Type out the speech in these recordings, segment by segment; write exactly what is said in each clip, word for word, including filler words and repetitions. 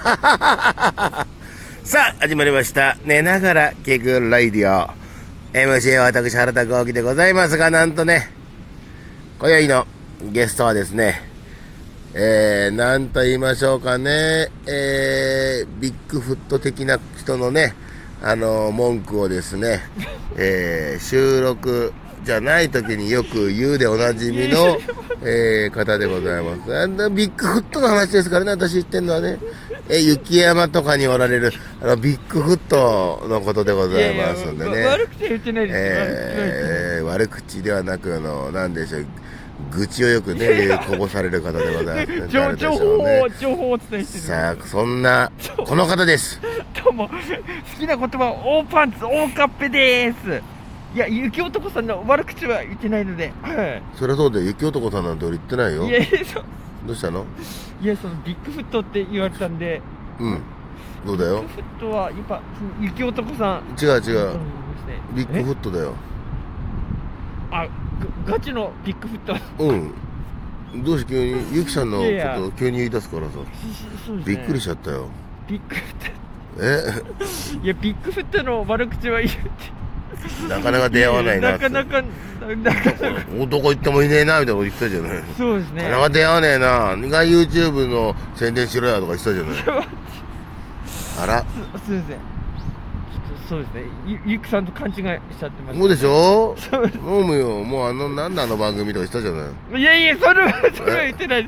さあ、始まりました。寝ながら聞くラディオ。エムシー は私、原田幸喜でございますが、なんとね、今宵のゲストはですね、えー、なんと言いましょうかね、えー、ビッグフット的な人のね、あの、文句をですね、えー、収録じゃない時によく言うでおなじみの、えー、方でございます。あのビッグフットの話ですからね、私言ってるのはね、えー、雪山とかにおられる、あの、ビッグフットのことでございますんでね。いやいや悪口は言ってないですよ。 えー、悪口ではなく、あの、なんでしょう、愚痴をよくね、こぼされる方でございますね。 情情報を、情報をお伝えしてる。 さあ、そんな、この方です。 どうも、好きな言葉は、大パンツ、大カッペです。いや、雪男さんの悪口は言ってないので、はい。 そりゃそうだよ、雪男さんなんて俺言ってないよ。 いやいや、そう。 どうしたの？ いや、その、ビッグフットって言われたんで。 うん。どうだよ。 ビッグフットは、やっぱ、その雪男さん。 違う違う。ビッグフットだよ。 あ、ガチのビッグフット。 うん。どうして急に、ゆきさんのこと急に言い出すからさ。びっくりしちゃったよ。 ビッグフット。 えいや、ビッグフットの悪口は言うて。 なかなか出会わないな。 なかなか、なかなか。 どこ行ってもいねえな、みたいなこと言ってたじゃない。 そうですね。 なかなか出会わねえな。何が YouTube の宣伝しろやとか言ってたじゃない。あら。 すみません。そうですね。ゆ、ゆきさんと勘違いしちゃってます。 そうでしょ？そう飲むよ。もうあの、なんだあの番組とかしたじゃない。 いやいや、それは、それは言ってないです。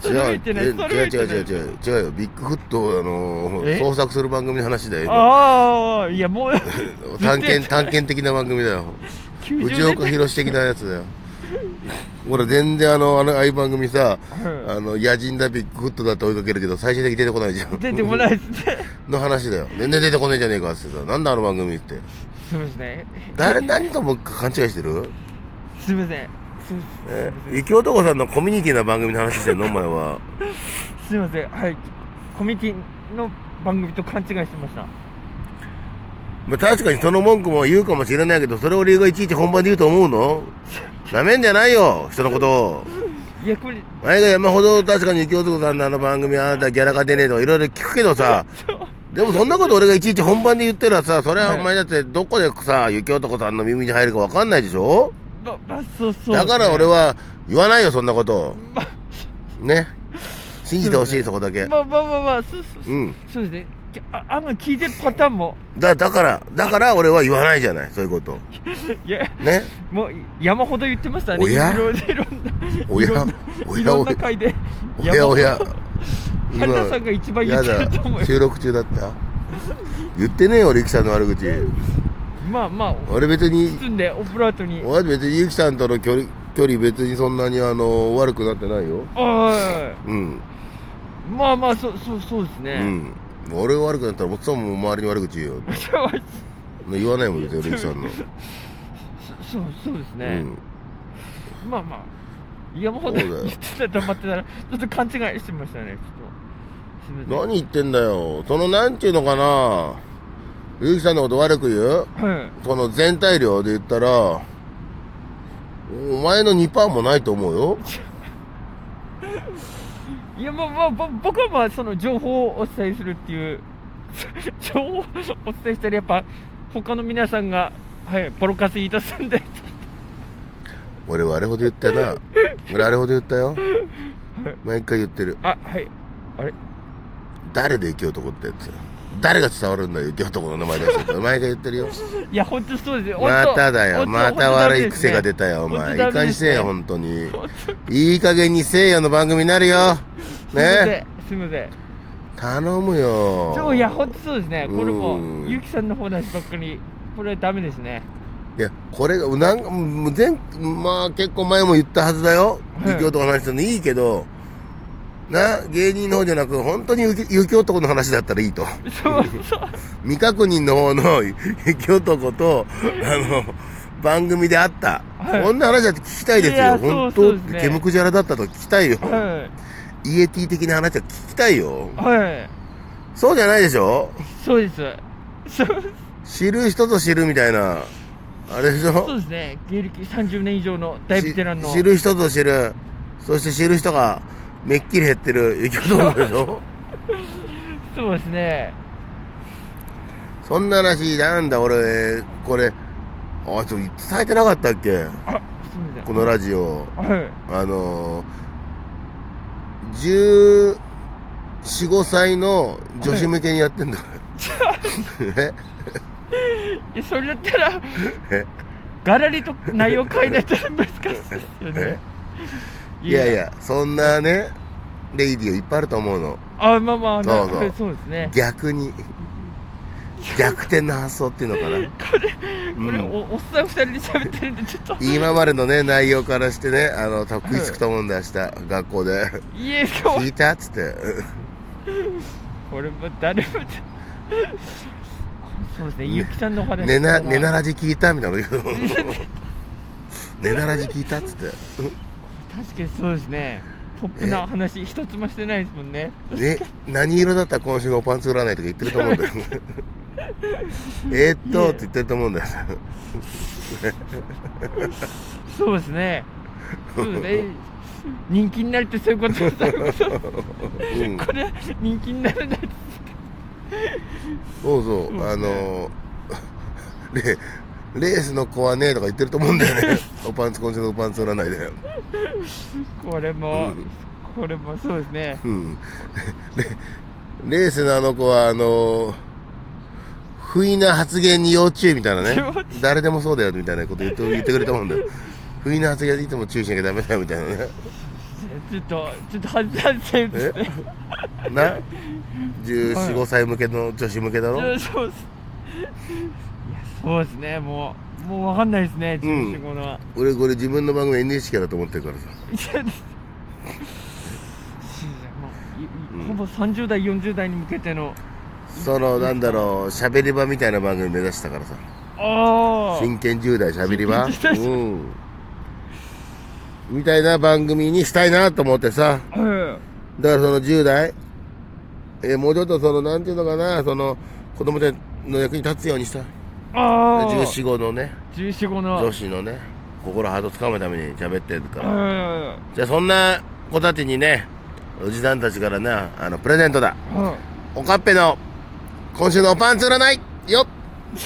違う、違う違う違う違う違うよ。ビッグフットをあの創作する番組の話だよ。 ああ、いやもう探検探検的な番組だよ。藤岡弘的なやつだよ。俺全然あのあのああいう番組さ、あの野人だビッグフットだって追いかけるけど最終的に出てこないじゃん。 出てこないですね。 の話だよ。全然出てこないじゃねえかってさ、なんだあの番組って。 そうですね。 誰何とも勘違いしてる？ すみません。 え、雪男さんのコミュニティな番組の話してんのお前は。 すみません。はい。コミュニティの番組と勘違いしてました。 まあ、確かにその文句も言うかもしれないけど、それを俺がいちいち本番で言うと思うの？なめんじゃないよ、人のことを。 いや、これ。 前が山ほど確かに雪男さんのあの番組あなたギャラが出ねえとかいろいろ聞くけどさ、でもそんなこと俺がいちいち本番で言ったらさ、それはお前だってどこでさ、雪男さんの耳に入るかわかんないでしょ？ ま、ま、そうそう、 ね。だから俺は言わないよ、そんなこと。ま、ね。信じてほしい、そこだけ。 まあまあまあまあ、そうそうそう。うん。そうですね。あ、あんま聞いてるパターンも。 だ、だから、だから俺は言わないじゃない、そういうこと。 いや、 ね。 もう山ほど言ってましたね。 おや？ いろんな、 おや？ おや？いろんな回で。 おやおや。 原田さんが一番言ってると思う。 収録中だった？言ってねえよ、俺、ゆきさんの悪口。 まあまあ。 俺別に。 包んで、オブラートに。 俺別にゆきさんとの距離、距離別にそんなにあの、悪くなってないよ。 はい。 うん。 まあまあ、そう、そう、そうですね。 うん。俺が悪くなったら、もっとも周りに悪口言うよ。言わないもんですよ、ゆきさんの。 そう、そうですね。うん、まあまあ。山ほど言ってたら黙ってたら、ちょっと勘違いしてましたね、ちょっと。何言ってんだよ。その、なんちゅうのかな。ゆきさんのこと悪く言う？はい。その全体量で言ったら、お前の にパーセント もないと思うよ。 いや、まあまあ、僕はまあ、その情報をお伝えするっていう、情報をお伝えしたら、やっぱ、他の皆さんが、はい、ボロカス言い出すんで。 俺はあれほど言ったな。俺あれほど言ったよ。毎回言ってる。 あ、はい。あれ誰で雪男ってやつ。誰が伝わるんだよ、雪男の名前出して。毎回言ってるよ。 いや、ほんとそうですよ。 まただよ。また悪い癖が出たよ、お前。いい加減にせえよ、ほんとに。いい加減にせえよの番組になるよ。ね。 すみません。 頼むよ。 そう、いや、ほんとそうですね。これも、ゆきさんの話ばっかり、これはダメですね。 いや、これが、なんか、前、まあ結構前も言ったはずだよ。雪男の話するのいいけど、な、芸人の方じゃなく、本当に雪男の話だったらいいと。 そうそう。 未確認の方の雪男と、あの、番組であった。はい、こんな話だって聞きたいですよ。本当、ね、ケムクジャラだったと聞きたいよ。はい、イエティ的な話は聞きたいよ。はい。そうじゃないでしょ？ そうです。 知る人ぞ知るみたいな。あれでしょ？ そうですね。芸歴さんじゅうねん以上の大ベテランの。 知る人ぞ知る。そして知る人がめっきり減ってる雪男でしょ？ そうですね。 そんな話、なんだ俺、これ、あ、ちょっと伝えてなかったっけ、 あ、すみません。 このラジオ。 はい。 あのー、じゅうよん、ごさいの女子向けにやってんだ。えいや、それだったら、 えガラリと内容変えないと難しいですよね。 いやいや、そんなね、レイディオいっぱいあると思うの。 あ、まあまあ、 そうそうはいそうですね。 逆に。逆転の発想っていうのかな。 これ、これ、 うんおおっさん二人で喋ってるんで、ちょっと。 今までのね、内容からしてね、あの、多分食いつくと思うんだよ、明日、学校で。 いえ、今日、 聞いたっつって。 これも誰も、そうですね、ゆきさんのお話。 ねな、ねならじ聞いたみたいなの言うの。ねならじ聞いたっつって。 確かにそうですね。ポップな話一つもしてないですもんね。 ね、何色だったら今週のパンツ占いとか言ってると思うんだよ。えーっとって言ってると思うんだよ。 そうですね。そうですね。人気になるってそういうことです。 うん、 これ、人気にならないです。 そうそう、 そうですねあのレ、レースの子はねとか言ってると思うんだよね。おパンツ、今週のおパンツ占いで。 これも、 うんこれもそうですね。 うん、レレースのあの子は、あの不意な発言に要注意みたいなね。誰でもそうだよみたいなこと言って言ってくれたもんだよ。不意な発言でいつも注意しなきゃダメだよみたいなね。 ちょっと、ちょっと外させて。 えなじゅうよん、ごさい向けの女子向けだろ。 そうです。いや、そうですね。もう、もうわかんないですね。じゅうよん、ごのは。 俺これ自分の番組 エヌエイチケー だと思ってるからさ。 いやもういほぼさんじゅう代、よんじゅう代に向けての。 そのなんだろう、喋り場みたいな番組目指したからさ。 ああ。 真剣じゅう代喋り場、 真剣じゅう代うんみたいな番組にしたいなと思ってさ。 はだからそのじゅう代、えーもうちょっとそのなんていうのかな、その子供たちの役に立つようにさ、 い。ああ。 じゅうよん、ごのね、 じゅうよん、ごの。 女子のね、心ハートつかむために喋ってるから。 はじゃあそんな子たちにね、おじさんたちからな、あのプレゼントだ。 い。はおかっぺの今週のおパンツ占いよっ、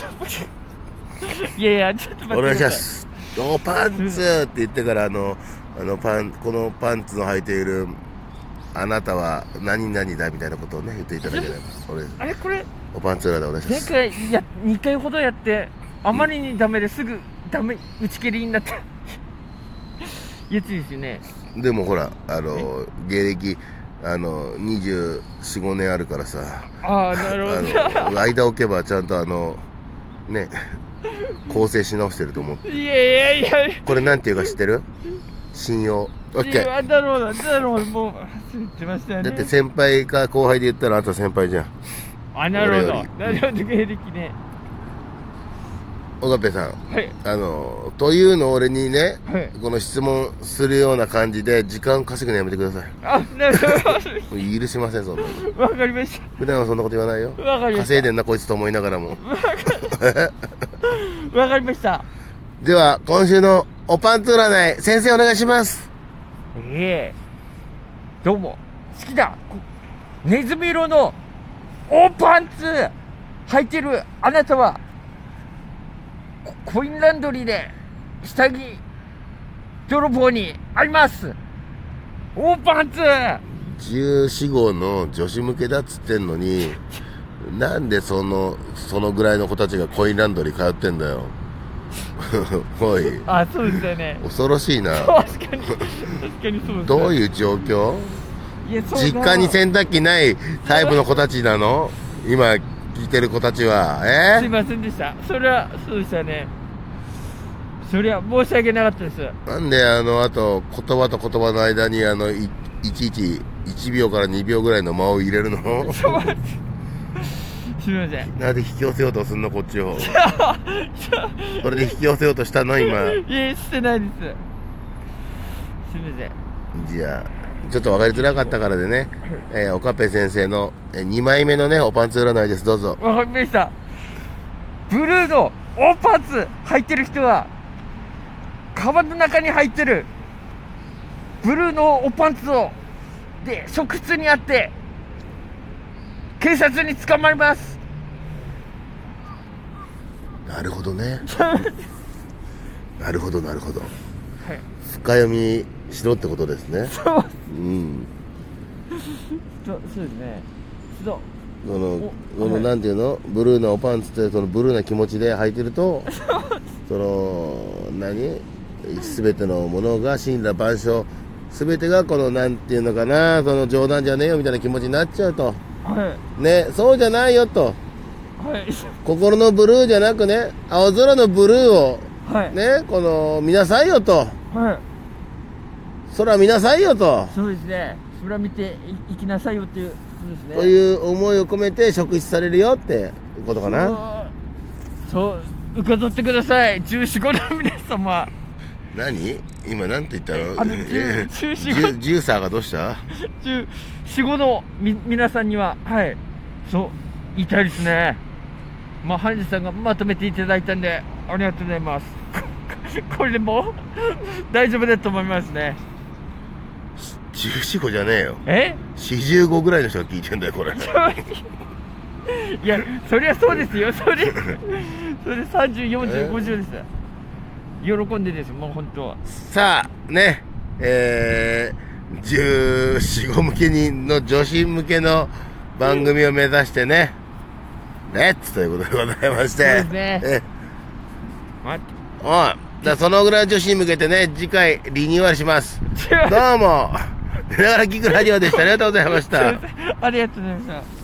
い。いやいや、ちょっと待ってください。 お願いしま。す。おパンツって言ってから、あの、あのパン、このパンツの履いているあなたは何々だみたいなことをね、言っていただければ。俺、 あれこれ、 おパンツ占いお願いしま前す。 回や、にかいほどやって、あまりにダメですぐダメ、打ち切りになったやつですよね。 でもほら、あの、芸歴、あの、にじゅうよん、ごねんあるからさ、 ああ、なるほど。 あの、間置けばちゃんとあの、ね、構成し直してると思って。 いやいやいやいや。 これなんていうか知ってる？信用。オッケー。 いやだろうな、だろう、もう、言ってましたよね。 だって先輩か後輩で言ったらあんた先輩じゃん。 あ、なるほど。 俺よりなるほど、芸歴ね。 おかっぺさん。 はい。 あの、というのを俺にね、 はい。 この質問するような感じで時間稼ぐのやめてください。 あ、なるほ許しません、そんなの。 ど。わかりまし普段はそんなこと言わないよ。 た。わかりまし稼いでんな、こいつと思いながらも。 た。わかりました。 では、今週のおパンツ占い、先生お願いします。 ええどうも。好きだ。こネズミ色のおパンツ履いてるあなたは、ココインランドリーで下着泥棒にあります。おパンツじゅうよん号の女子向けだっつってんのに、なんでその、そのぐらいの子たちがコインランドリー通ってんだよ。おい、 あ、そうですよね。 恐ろしいな。 確かに。確かにそうです、ね。 どういう状況？ いや、そうだ実家に洗濯機ないタイプの子たちなの？今聞いてる子たちは。えすいませんでした。それは、そうでしたね。それは申し訳なかったです。 なんであの、あと言葉と言葉の間にあの、いいちいちいちびょうからにびょうぐらいの間を入れるの？ そうすみません。 なんで引き寄せようとすんのこっちを。それで引き寄せようとしたの今。 いえ、してないです。すみません。 じゃあ、ちょっと分かりづらかったからでね、えー、おかっぺ先生のにまいめのね、おパンツ占いです。どうぞ。 わかりました。ブルーのオーパンツ履いてる人は、カバンの中に入ってるブルーのおパンツを、で、食靴にあって、 警察に捕まります。 なるほどね。なるほどなるほど。 はい、 深読みしろってことですね。 そううん。 そうそうですね。そうそのおそのはいなんていうの、ブルーのおパンツってそのブルーな気持ちで履いてると、その何全てのものが神羅万象、全てがこのなんていうのかな、その冗談じゃねえよみたいな気持ちになっちゃうとはね、そうじゃないよと、 いはい心のブルーじゃなくね、青空のブルーをはいね、この見なさいよと、 はい、 空見なさいよと、 そうですね。空見てい行きなさいよっていうことですね。 という思いを込めて職質されるよってことかな。 そう、そう受け取ってください。じゅうよん、ごの皆様。 何今なんて言ったの？ あのえじゅうジじゅうよんュジューサーがどうした？ じゅうよん、ごのみ皆さんには、はい、そう言いたいですね。まあハンジさんがまとめていただいたんでありがとうございます。これでも大丈夫だと思いますね。 じゅうよん、ごじゃねえよ。 え？ よんじゅうごぐらいの人が聞いてんだよこれ。 いや、そりゃそうですよ。それそれさんじゅう、よんじゅう、ごじゅうです。喜んでです、もう本当は。 さあね、えー、じゅうよん、ご向けにの女子向けの番組を目指してね、レッツということでございまして、 そうですね。 えまおい、だからそのぐらい女子に向けてね、次回リニューアルします。 違うどうも、寝ながら聞くラジオでした。ありがとうございました。 ありがとうございました。